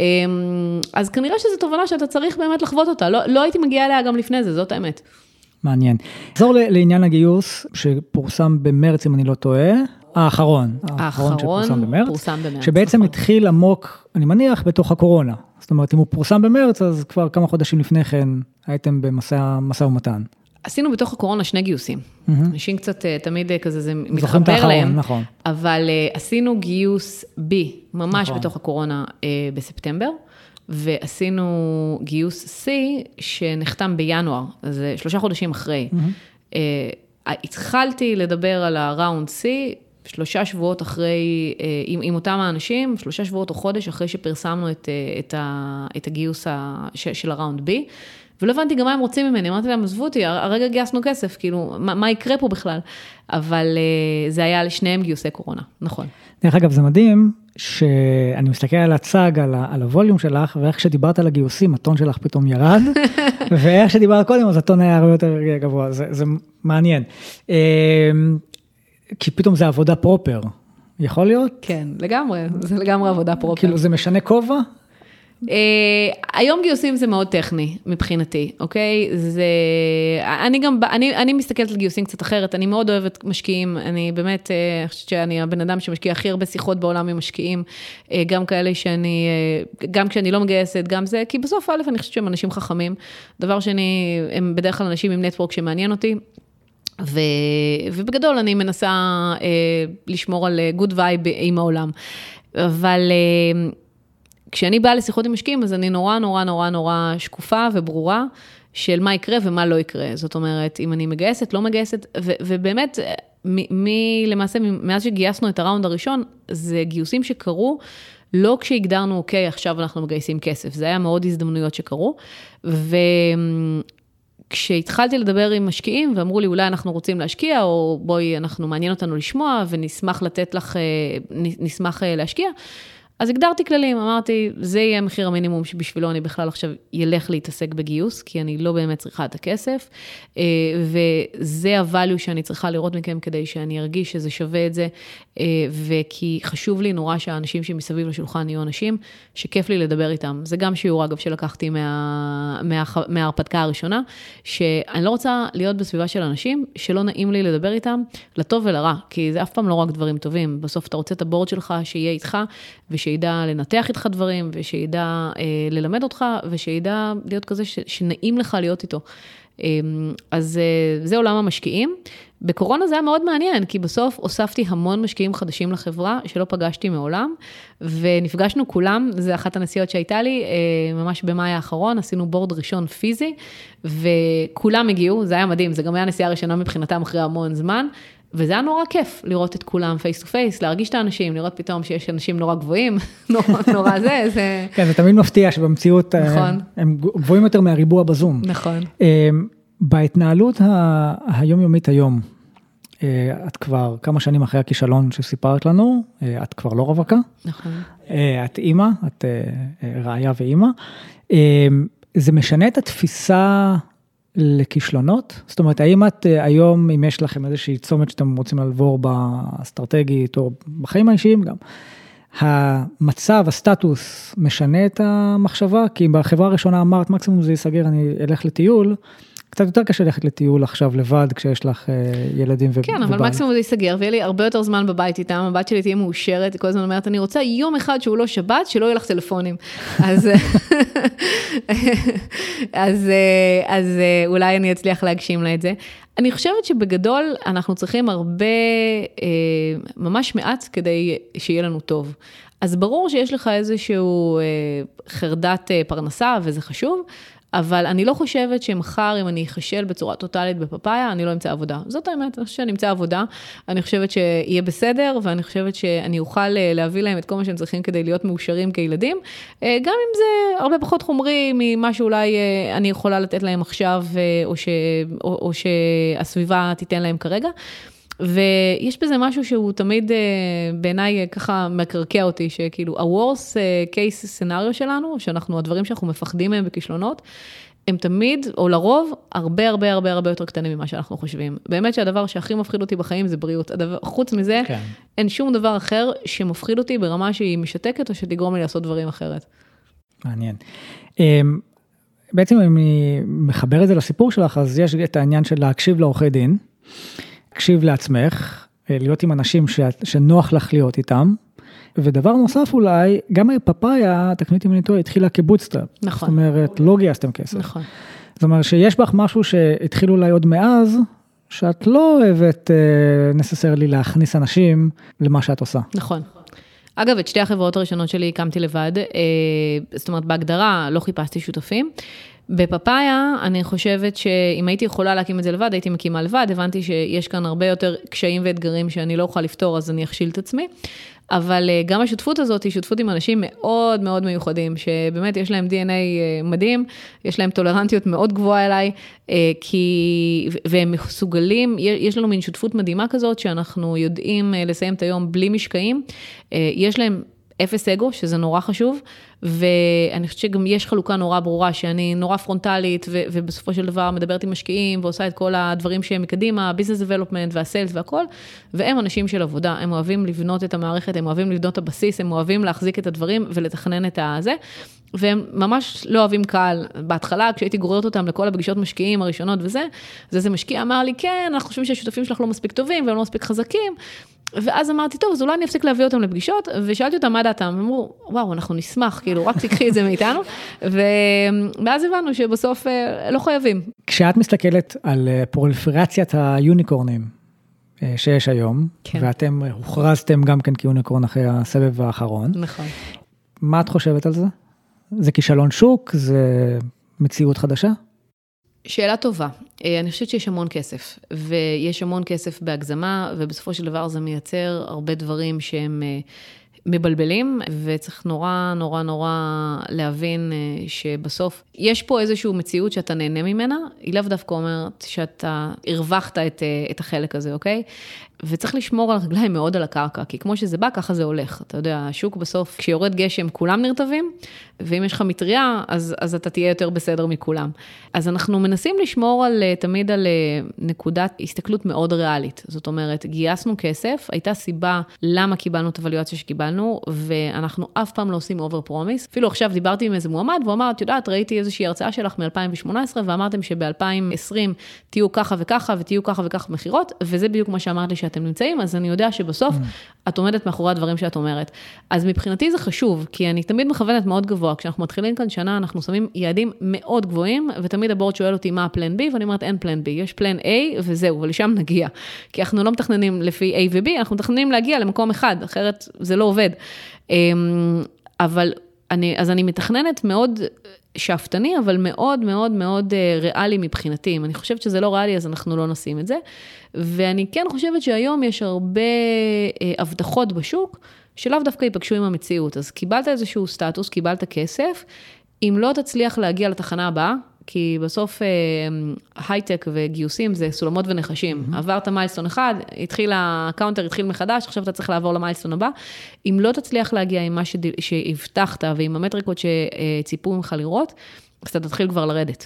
אז כנראה שזו תובנה שאתה צריך באמת לחוות אותה, לא הייתי מגיעה אליה גם לפני זה, זאת האמת. מעניין. נחזור לעניין הגיוס, שפורסם במרץ, אם אני לא טועה, האחרון שפורסם במרץ, שבעצם התחיל עמוק, אני מניח, בתוך הקורונה. זאת אומרת, אם הוא פורסם במרץ, אז כבר כמה חודשים לפני כן הייתם במשא ומתן. עשינו בתוך הקורונה 2 גיוסים. אנשים קצת תמיד כזה, זה מתחבר להם. נכון. אבל עשינו גיוס B, ממש בתוך הקורונה בספטמבר, ועשינו גיוס C שנחתם בינואר, אז 3 חודשים אחרי. התחלתי לדבר על הראונד C, 3 שבועות אחרי, עם אותם האנשים, 3 שבועות או חודש אחרי שפרסמנו את הגיוס של הראונד B, ולא הבנתי גם מה הם רוצים ממני, אמרתי להם, עזבו אותי, הרגע גייסנו כסף, כאילו, מה יקרה פה בכלל? אבל זה היה לשניהם גיוסי קורונה, נכון. דרך אגב, זה מדהים, שאני מסתכל על הצג, על הווליום שלך, ואיך שדיברת על הגיוסים, הטון שלך פתאום ירד, ואיך שדיברת קודם, אז הטון היה הרבה יותר גבוה, זה מעניין. כי פתאום זה עבודה פרופר, יכול להיות? כן, לגמרי, זה לגמרי עבודה פרופר. כאילו זה משנה כובע? היום גיוסים זה מאוד טכני מבחינתי, אוקיי? אני מסתכלת על גיוסים קצת אחרת, אני מאוד אוהבת משקיעים, אני באמת, אני חושבת שאני הבן אדם שמשקיע הכי הרבה שיחות בעולם עם משקיעים, גם כאלה גם כשאני לא מגייסת, גם זה, כי בסוף א' אני חושבת שהם אנשים חכמים, דבר שני, הם בדרך כלל אנשים עם נטוורק שמעניין אותי, ובגדול אני מנסה לשמור על good vibe עם העולם, אבל כשאני באה לשיחות עם משקיעים, אז אני נורא נורא נורא נורא שקופה וברורה של מה יקרה ומה לא יקרה. זאת אומרת, אם אני מגייסת, לא מגייסת, ובאמת, למעשה, מאז שגייסנו את הראונד הראשון, זה גיוסים שקרו, לא כשהגדרנו, אוקיי, עכשיו אנחנו מגייסים כסף. זה היה מאוד הזדמנויות שקרו, כשהתחלתי לדבר עם משקיעים, ואמרו לי, אולי אנחנו רוצים להשקיע, או בואי, מעניין אותנו לשמוע, ונשמח לתת לך, נשמח להשקיע, אז הגדרתי כללים, אמרתי, זה יהיה מחיר המינימום שבשבילו אני בכלל עכשיו ילך להתעסק בגיוס, כי אני לא באמת צריכה את הכסף, וזה הvalue שאני צריכה לראות מכם כדי שאני ארגיש שזה שווה את זה, וכי חשוב לי נורא שהאנשים שמסביב לשולחן יהיו אנשים שכיף לי לדבר איתם. זה גם שיעור אגב שלקחתי מההרפתקה הראשונה, שאני לא רוצה להיות בסביבה של אנשים שלא נעים לי לדבר איתם, לטוב ולרע, כי זה אף פעם לא רק דברים טובים. בסוף אתה רוצה את הבורד שלך שיהיה איתך, ושידע לנתח איתך דברים, ושידע ללמד אותך, ושידע להיות כזה שנעים לך להיות איתו. אז זה עולם המשקיעים. בקורונה זה היה מאוד מעניין, כי בסוף הוספתי המון משקיעים חדשים לחברה, שלא פגשתי מעולם, ונפגשנו כולם, זה אחת הנסיעות שהייתה לי, ממש במאי האחרון, עשינו בורד ראשון פיזי, וכולם הגיעו, זה היה מדהים, זה גם היה נסיעה ראשונה מבחינתם אחרי המון זמן, וזה היה נורא כיף לראות את כולם פייס טו פייס, להרגיש את האנשים, לראות פתאום שיש אנשים נורא גבוהים, נורא זה. כן, זה תמיד מפתיע שבמציאות הם גבוהים יותר מהריבוע בזום. נכון. בהתנהלות היומיומית היום, את כבר כמה שנים אחרי הכישלון שסיפרת לנו, את כבר לא רווקה. נכון. את אימא, את רעיה ואימא. זה משנה את התפיסה לכישלונות? זאת אומרת, האם את היום, אם יש לכם איזושהי צומת שאתם רוצים לעבור באסטרטגית או בחיים האישיים גם, המצב, הסטטוס משנה את המחשבה? כי בחברה הראשונה אמרת, מקסימום זה ייסגר, אני אלך לטיול, קצת יותר קשה ללכת לטיול עכשיו לבד, כשיש לך ילדים ובית. כן, אבל מקסימום זה ייסגר, ויהיה לי הרבה יותר זמן בבית איתם, הבת שלי תהיה מאושרת, כל הזמן אומרת, אני רוצה יום אחד שהוא לא שבת, שלא יהיה לך טלפונים. אז אולי אני אצליח להגשים לה את זה. אני חושבת שבגדול אנחנו צריכים הרבה, ממש מעט, כדי שיהיה לנו טוב. אז ברור שיש לך איזשהו חרדת פרנסה, וזה חשוב, אבל אני לא חושבת שמחר, אם אני אחשל בצורה טוטלית בפאפאיה, אני לא אמצא עבודה. זאת האמת, אני חושבת שאני אמצא עבודה, אני חושבת שיהיה בסדר, ואני חושבת שאני אוכל להביא להם את כל מה שהם צריכים כדי להיות מאושרים כילדים, גם אם זה הרבה פחות חומרי ממה שאולי אני יכולה לתת להם עכשיו, או שהסביבה תיתן להם כרגע. ויש בזה משהו שהוא תמיד בעיניי ככה מקרקע אותי, שכאילו ה-worst case scenario שלנו, שאנחנו, הדברים שאנחנו מפחדים מהם בכישלונות, הם תמיד, או לרוב, הרבה הרבה הרבה הרבה יותר קטנים ממה שאנחנו חושבים. באמת שהדבר שהכי מפחיד אותי בחיים זה בריאות. חוץ מזה, כן. אין שום דבר אחר שמפחיד אותי ברמה שהיא משתקת, או שתגרום לי לעשות דברים אחרת. מעניין. בעצם אם אני מחבר את זה לסיפור שלך, אז יש את העניין של להקשיב לעורכי דין, להקשיב לעצמך, להיות עם אנשים שנוח לך להיות איתם, ודבר נוסף אולי, גם פאפאיה, תקנית אם אני טועה, התחילה כבוטסטראפ. נכון. זאת אומרת, לא גייסתם כסף. נכון. זאת אומרת שיש בך משהו שהתחיל אולי עוד מאז, שאת לא אוהבת necessarily להכניס אנשים למה שאת עושה. נכון. אגב, את שתי החברות הראשונות שלי הקמתי לבד, זאת אומרת, בהגדרה לא חיפשתי שותפים, בפאפאיה, אני חושבת שאם הייתי יכולה להקים את זה לבד, הייתי מקימה לבד, הבנתי שיש כאן הרבה יותר קשיים ואתגרים שאני לא אוכל לפתור, אז אני אכשיל את עצמי, אבל גם השותפות הזאת היא שותפות עם אנשים מאוד מאוד מיוחדים, שבאמת יש להם DNA מדהים, יש להם טולרנטיות מאוד גבוהה אליי, והם מסוגלים, יש לנו מין שותפות מדהימה כזאת, שאנחנו יודעים לסיים את היום בלי משקעים, יש להם אפס אגו, שזה נורא חשוב, ואני חושבת שגם יש חלוקה נורא ברורה, שאני נורא פרונטלית, ובסופו של דבר מדברת עם משקיעים, ועושה את כל הדברים שהם מקדימה, business development והסלס והכל, והם אנשים של עבודה, הם אוהבים לבנות את המערכת, הם אוהבים לבנות את הבסיס, הם אוהבים להחזיק את הדברים, ולתכנן את הזה, והם ממש לא אוהבים קהל. בהתחלה, כשהייתי גוררת אותם לכל הפגישות משקיעים הראשונות וזה, זה משקיע אמר לי, כן, אנחנו חושבים שהשותפים שלך לא מספיק טובים, והם לא מספיק חזקים, ואז אמרתי, טוב, אז אולי אני אפסיק להביא אותם לפגישות, ושאלתי אותם מה דעתם, הם אמרו, וואו, אנחנו נשמח, כאילו, רק תיקחי את זה מאיתנו, ואז הבנו שבסוף לא חייבים. כשאת מסתכלת על פרוליפרציית היוניקורנים שיש היום, כן. ואתם הוכרזתם גם כן כיוניקורן אחרי הסבב האחרון, נכון. מה את חושבת על זה? זה כישלון שוק? זה מציאות חדשה? שאלה טובה. אני חושבת שיש המון כסף, ויש המון כסף בהגזמה, ובסופו של דבר זה מייצר הרבה דברים שהם מבלבלים, וצריך נורא נורא נורא להבין שבסוף יש פה איזושהי מציאות שאתה נהנה ממנה, היא לאו דווקא אומרת שאתה הרווחת את החלק הזה, אוקיי? וצריך לשמור על הרגליים מאוד על הקרקע, כי כמו שזה בא, ככה זה הולך. אתה יודע, השוק בסוף, כשיורד גשם, כולם נרטבים, ואם יש לך מטריה, אז אתה תהיה יותר בסדר מכולם. אז אנחנו מנסים לשמור תמיד על נקודת הסתכלות מאוד ריאלית. זאת אומרת, גייסנו כסף, הייתה סיבה למה קיבלנו את הוואליואציה שקיבלנו, ואנחנו אף פעם לא עושים אובר פרומיס. אפילו עכשיו דיברתי עם איזה מועמד, והוא אמר, את יודעת, ראיתי איזושהי הרצאה שלך מ-2018, ואמרתם שב-2020 תהיו ככה וככה, ותהיו ככה וככה מחירות, וזה בדיוק מה שאמרת לי שאתם נמצאים, אז אני יודע שבסוף את עומדת מאחורי הדברים שאת אומרת. אז מבחינתי זה חשוב, כי אני תמיד מכוונת מאוד גבוה, כשאנחנו מתחילים כאן שנה, אנחנו שמים יעדים מאוד גבוהים, ותמיד הבורד שואל אותי מה הפלן B, ואני אומרת אין פלן B, יש פלן A וזהו, ולשם נגיע. כי אנחנו לא מתכננים לפי A ו-B, אנחנו מתכננים להגיע למקום אחד, אחרת זה לא עובד. אז אני מתכננת מאוד שאפתני, אבל מאוד מאוד מאוד ריאלי מבחינתי. אם אני חושבת שזה לא ריאלי, אז אנחנו לא נשים את זה. ואני כן חושבת שהיום יש הרבה הבטחות בשוק, שלאו דווקא ייפגשו עם המציאות. אז קיבלת איזשהו סטטוס, קיבלת כסף, אם לא תצליח להגיע לתחנה הבאה, כי בסוף הייטק וגיוסים זה סולמות ונחשים. עברת מיילסטון אחד, הקאונטר התחיל מחדש, עכשיו אתה צריך לעבור למיילסטון הבא. אם לא תצליח להגיע עם מה שהבטחת ועם המטריקות שציפו ממך לראות, אז אתה תתחיל כבר לרדת.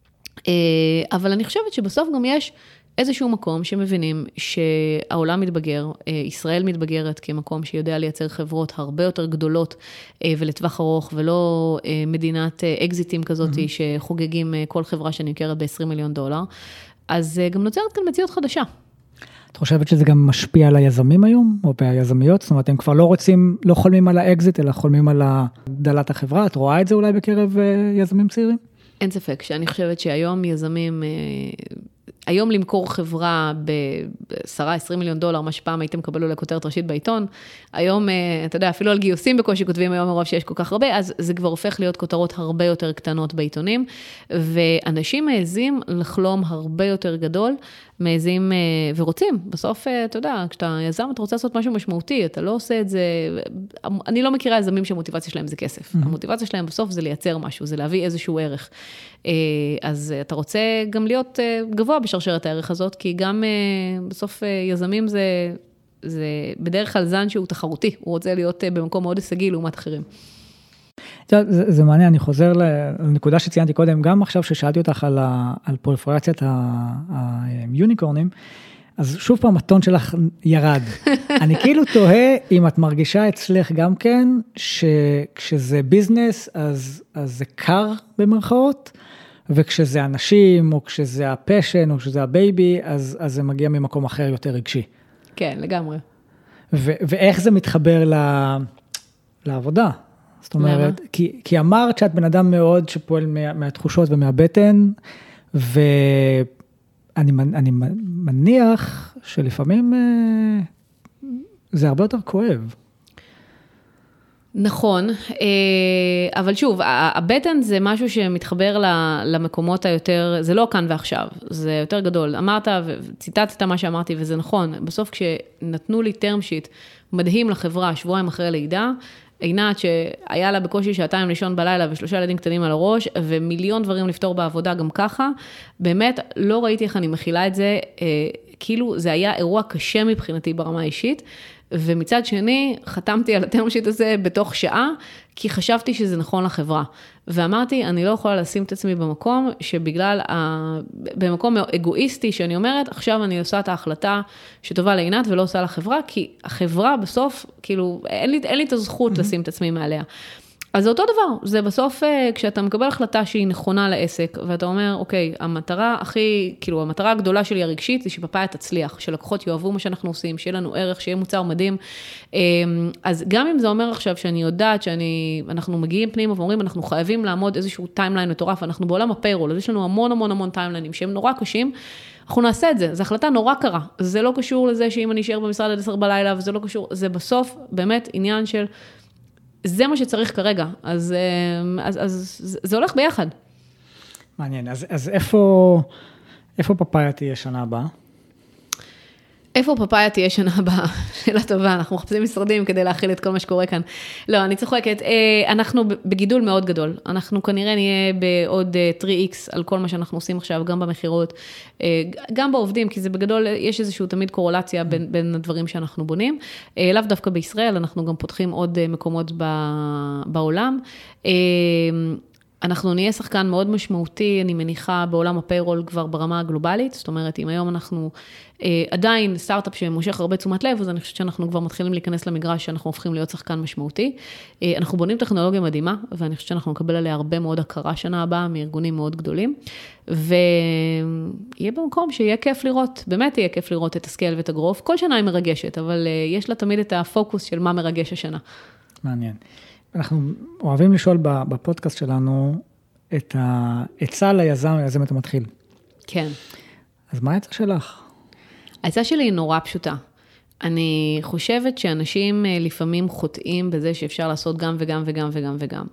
אבל אני חושבת שבסוף גם יש איזשהו מקום שמבינים שהעולם מתבגר, ישראל מתבגרת כמקום שיודע לייצר חברות הרבה יותר גדולות ולטווח ארוך, ולא מדינת אקזיטים כזאת שחוגגים כל חברה שנמכרת ב$20 מיליון. אז גם נוצרת כאן מציאות חדשה. את חושבת שזה גם משפיע על היזמים היום, או ביזמיות? זאת אומרת, הם כבר לא חולמים על האקזיט, אלא חולמים על הגדלת החברה. את רואה את זה אולי בקרב יזמים צעירים? אין ספק, שאני חושבת שהיום יזמים, היום למכור חברה ב$10-20 מיליון, מה שפעם הייתם קבלו לכותרת ראשית בעיתון, היום, אתה יודע, אפילו על גיוסים בקושי כותבים היום מרוב שיש כל כך הרבה, אז זה כבר הופך להיות כותרות הרבה יותר קטנות בעיתונים, ואנשים מעזים לחלום הרבה יותר גדול, מעזים ורוצים. בסוף, אתה יודע, כשאתה יזם, אתה רוצה לעשות משהו משמעותי, אתה לא עושה את זה, אני לא מכירה יזמים שהמוטיבציה שלהם זה כסף. המוטיבציה שלהם בסוף זה לייצר משהו, זה להביא איזשהו ערך. אז אתה רוצה גם להיות גבוה בשרשרת הערך הזאת, כי גם בסוף יזמים זה בדרך כלל זן שהוא תחרותי, הוא רוצה להיות במקום מאוד הישגי לעומת אחרים. זה מעניין, אני חוזר לנקודה שציינתי קודם, גם עכשיו ששאלתי אותך על פרוליפרציית היוניקורנים, אז שוב פעם הטון שלך ירד. אני כאילו תוהה אם את מרגישה אצלך גם כן, שכשזה ביזנס, אז זה קר במרכאות, וכשזה אנשים, או כשזה הפשן, או כשזה הבייבי, אז זה מגיע ממקום אחר יותר רגשי. כן, לגמרי. ואיך זה מתחבר לעבודה? זאת אומרת, כי אמרת שאת בן אדם מאוד שפועל מהתחושות ומהבטן, ואני מניח שלפעמים זה הרבה יותר כואב. נכון, אבל שוב, הבטן זה משהו שמתחבר למקומות היותר, זה לא כאן ועכשיו, זה יותר גדול. אמרת וציטטת מה שאמרתי, וזה נכון, בסוף כשנתנו לי term sheet מדהים לחברה, שבועיים אחרי לידה, עינת שהיה לה בקושי שעתיים לישון בלילה ו3 ילדים קטנים על הראש, ומיליון דברים לפתור בעבודה גם ככה, באמת לא ראיתי איך אני מכילה את זה, כאילו זה היה אירוע קשה מבחינתי ברמה האישית, ומצד שני, חתמתי על הטרם שיט הזה בתוך שעה, כי חשבתי שזה נכון לחברה. ואמרתי, אני לא יכולה לשים את עצמי במקום, שבגלל, במקום אגואיסטי שאני אומרת, עכשיו אני עושה את ההחלטה שטובה לעינת ולא עושה לחברה, כי החברה בסוף, כאילו, אין לי את הזכות לשים את עצמי מעליה. אז זה אותו דבר, זה בסוף כשאתה מקבל החלטה שהיא נכונה לעסק, ואתה אומר, אוקיי, המטרה הגדולה שלי הרגשית, זה שפפאיה תצליח, שלקוחות יאהבו מה שאנחנו עושים, שיהיה לנו ערך, שיהיה מוצר מדהים, אז גם אם זה אומר עכשיו שאני יודעת אנחנו מגיעים פנימה ואומרים, אנחנו חייבים לעמוד איזשהו טיימליין מטורף, אנחנו בעולם הפיירול, אז יש לנו המון טיימליינים שהם נורא קשים, אנחנו נעשה את זה, זו החלטה נורא קרה, זה לא קשור לזה שאם אני אשאר במשרד עד 10 בלילה, וזה לא קשור, זה בסוף באמת עניין של זה מה שצריך כרגע, אז זה הולך ביחד. מעניין, אז איפה פפאיה תהיה שנה הבאה? איפה פפאיה תהיה שנה הבאה? שאלה טובה, אנחנו מחפשים משרדים כדי להכיל את כל מה שקורה כאן. לא, אני צוחקת, אנחנו בגידול מאוד גדול, אנחנו כנראה נהיה בעוד 3x על כל מה שאנחנו עושים עכשיו, גם במחירות, גם בעובדים, כי זה בגדול, יש איזשהו תמיד קורולציה בין הדברים שאנחנו בונים, לאו דווקא בישראל, אנחנו גם פותחים עוד מקומות בעולם, אנחנו נהיה שחקן מאוד משמעותי, אני מניחה בעולם הפיירול כבר ברמה הגלובלית, זאת אומרת, אם היום אנחנו עדיין סטארט-אפ שמושך הרבה תשומת לב, אז אני חושבת שאנחנו כבר מתחילים להיכנס למגרש שאנחנו הופכים להיות שחקן משמעותי. אנחנו בונים טכנולוגיה מדהימה, ואני חושבת שאנחנו נקבל עליה הרבה מאוד הכרה שנה הבאה, מארגונים מאוד גדולים, ויהיה במקום שיהיה כיף לראות, באמת יהיה כיף לראות את הסקייל ואת הגרוף, כל שנה היא מרגשת, אבל יש לה תמיד את הפוקוס של מה מרגש השנה. מעניין. אנחנו אוהבים לשאול בפודקאסט שלנו את העצה ליזמת המתחיל. כן. אז מה העצה שלך? העצה שלי היא נורא פשוטה. אני חושבת שאנשים לפעמים חוטאים בזה שאפשר לעשות גם וגם וגם וגם וגם.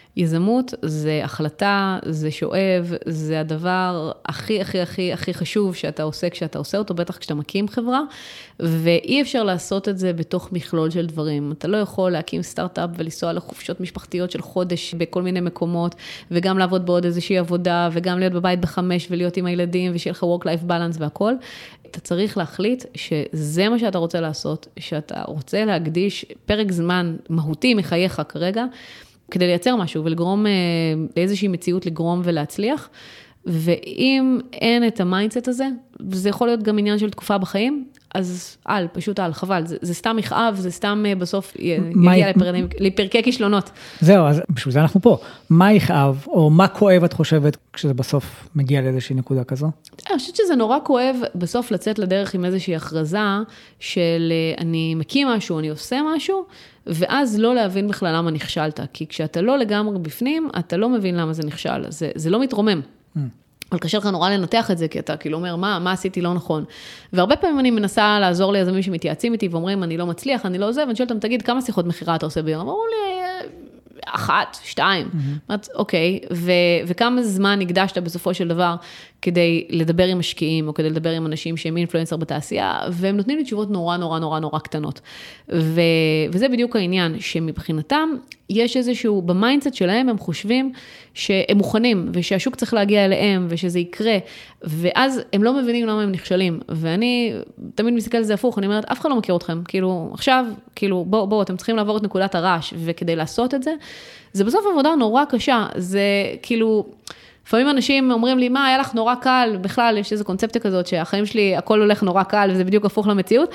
יזמות זה החלטה, זה שואב, זה הדבר הכי, הכי, הכי, הכי חשוב שאתה עושה כשאתה עושה אותו, בטח כשאתה מקים חברה, ואי אפשר לעשות את זה בתוך מכלול של דברים. אתה לא יכול להקים סטארט-אפ ולנסוע לחופשות משפחתיות של חודש בכל מיני מקומות, וגם לעבוד בעוד איזושהי עבודה, וגם להיות בבית ב5 ולהיות עם הילדים, ושיהיה לך work-life balance והכל. אתה צריך להחליט שזה מה שאתה רוצה לעשות, שאתה רוצה להקדיש פרק זמן מהותי מחייך כרגע, כדי לייצר משהו ולגרום לאיזושהי מציאות לגרום ולהצליח, ואם אין את המיינדסט הזה, וזה יכול להיות גם עניין של תקופה בחיים, אז פשוט חבל, זה סתם מכאב, זה סתם בסוף יגיע לפרקי כישלונות. זהו, אז בשביל זה אנחנו פה. מה יכאב, או מה כואב את חושבת, כשזה בסוף מגיע לאיזושהי נקודה כזו? אני חושבת שזה נורא כואב בסוף לצאת לדרך עם איזושהי הכרזה, של אני מקים משהו, אני עושה משהו, ואז לא להבין בכלל למה נכשלת, כי כשאתה לא לגמרי בפנים, אתה לא מבין למה זה נכשל, זה לא מתרומם. אבל קשה לך נורא לנתח את זה, כי אתה כאילו אומר, מה עשיתי לא נכון? והרבה פעמים אני מנסה לעזור ליזמים שמתייעצים איתי, ואומרים, אני לא מצליח, אני לא עוזב, ואני שואלת, תגיד, כמה שיחות מחירה אתה עושה ביום? אמרו לי, 1, 2. אוקיי, וכמה זמן הקדשת בסופו של דבר, כדי לדבר עם משקיעים, או כדי לדבר עם אנשים שהם אינפלואנסר בתעשייה, והם נותנים לי תשובות נורא, נורא, נורא, נורא קטנות. וזה בדיוק העניין, שמבחינתם, יש איזשהו, במיינדסט שלהם הם חושבים שהם מוכנים, ושהשוק צריך להגיע אליהם, ושזה יקרה, ואז הם לא מבינים למה הם נכשלים. ואני תמיד מסתכל על זה הפוך, אני אומרת, אף אחד לא מכיר אתכם, כאילו, עכשיו, כאילו, בואו, אתם צריכים לעבור את נקודת הרעש, וכדי לעשות את זה, זה בסוף עבודה נורא קשה, זה כאילו, לפעמים אנשים אומרים לי, מה, היה לך נורא קל, בכלל יש איזו קונספציה כזאת, שהחיים שלי, הכל הולך נורא קל, וזה בדיוק הפוך למציאות,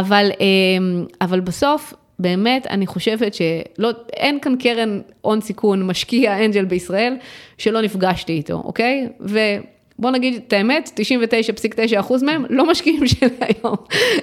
אבל בסוף, באמת, אני חושבת שאין כאן קרן הון סיכון, משקיע אנג'ל בישראל, שלא נפגשתי איתו, אוקיי? ובוא נגיד את האמת, 99.9% מהם לא משקיעים שלי היום.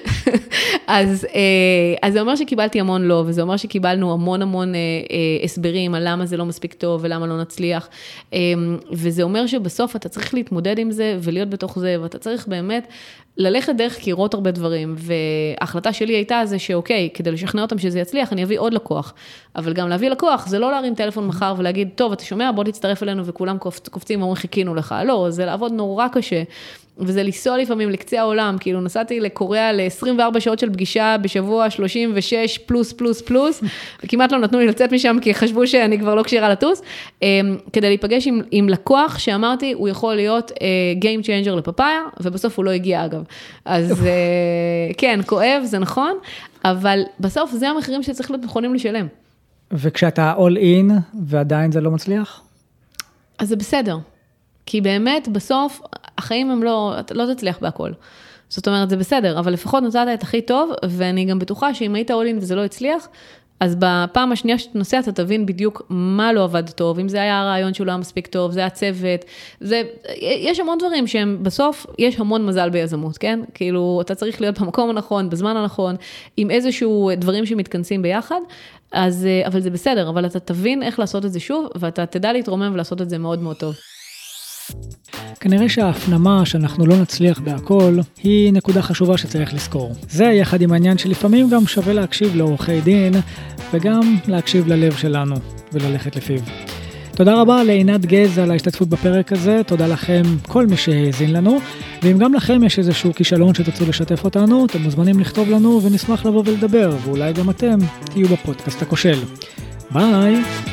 אז זה אומר שקיבלתי המון לא, וזה אומר שקיבלנו המון הסברים על למה זה לא מספיק טוב, ולמה לא נצליח, וזה אומר שבסוף אתה צריך להתמודד עם זה, ולהיות בתוך זה, ואתה צריך באמת ללכת דרך קירות הרבה דברים, וההחלטה שלי הייתה זה שאוקיי, כדי לשכנע אותם שזה יצליח, אני אביא עוד לקוח, אבל גם להביא לקוח, זה לא להרים טלפון מחר ולהגיד, טוב, אתה שומע, בוא תצטרף אלינו, וכולם קופצים ואומרים, חיכינו לך, לא, זה לעבוד נורא קשה, וזה לנסוע לפעמים לקצה העולם, כאילו נסעתי לקוריאה ל-24 שעות של פגישה בשבוע 36 פלוס, וכמעט לא נתנו לי לצאת משם, כי חשבו שאני כבר לא קשירה לטוס, כדי להיפגש עם לקוח שאמרתי, הוא יכול להיות game changer לפאפאיה, ובסוף הוא לא הגיע אגב. אז כן, כואב, זה נכון, אבל בסוף זה המחירים שצריך להיות נכונים לשלם. וכשאתה all in, ועדיין זה לא מצליח? אז זה בסדר. כי באמת בסוף החיים הם לא תצליח בהכל. זאת אומרת, זה בסדר, אבל לפחות נוצאת את הכי טוב, ואני גם בטוחה שאם היית all in וזה לא הצליח, אז בפעם השנייה שאתה נוסע, אתה תבין בדיוק מה לא עבד טוב, אם זה היה הרעיון שהוא לא מספיק טוב, זה הצוות, יש המון דברים שהם בסוף, יש המון מזל ביזמות, כן? כאילו, אתה צריך להיות במקום הנכון, בזמן הנכון, עם איזשהו דברים שמתכנסים ביחד, אבל זה בסדר, אבל אתה תבין איך לעשות את זה שוב, ואתה תדע להתרומם ולעשות את זה מאוד מאוד טוב. כנראה שההפנמה שאנחנו לא נצליח בהכל, היא נקודה חשובה שצריך לזכור. זה יחד עם העניין שלפעמים גם שווה להקשיב לעורכי דין, וגם להקשיב ללב שלנו, וללכת לפיו. תודה רבה לעינת גז על ההשתתפות בפרק הזה, תודה לכם כל מי שהאזין לנו, ואם גם לכם יש איזשהו כישלון שתרצו לשתף אותנו, אתם מוזמנים לכתוב לנו ונשמח לבוא ולדבר, ואולי גם אתם תהיו בפודקאסט הכושל. ביי!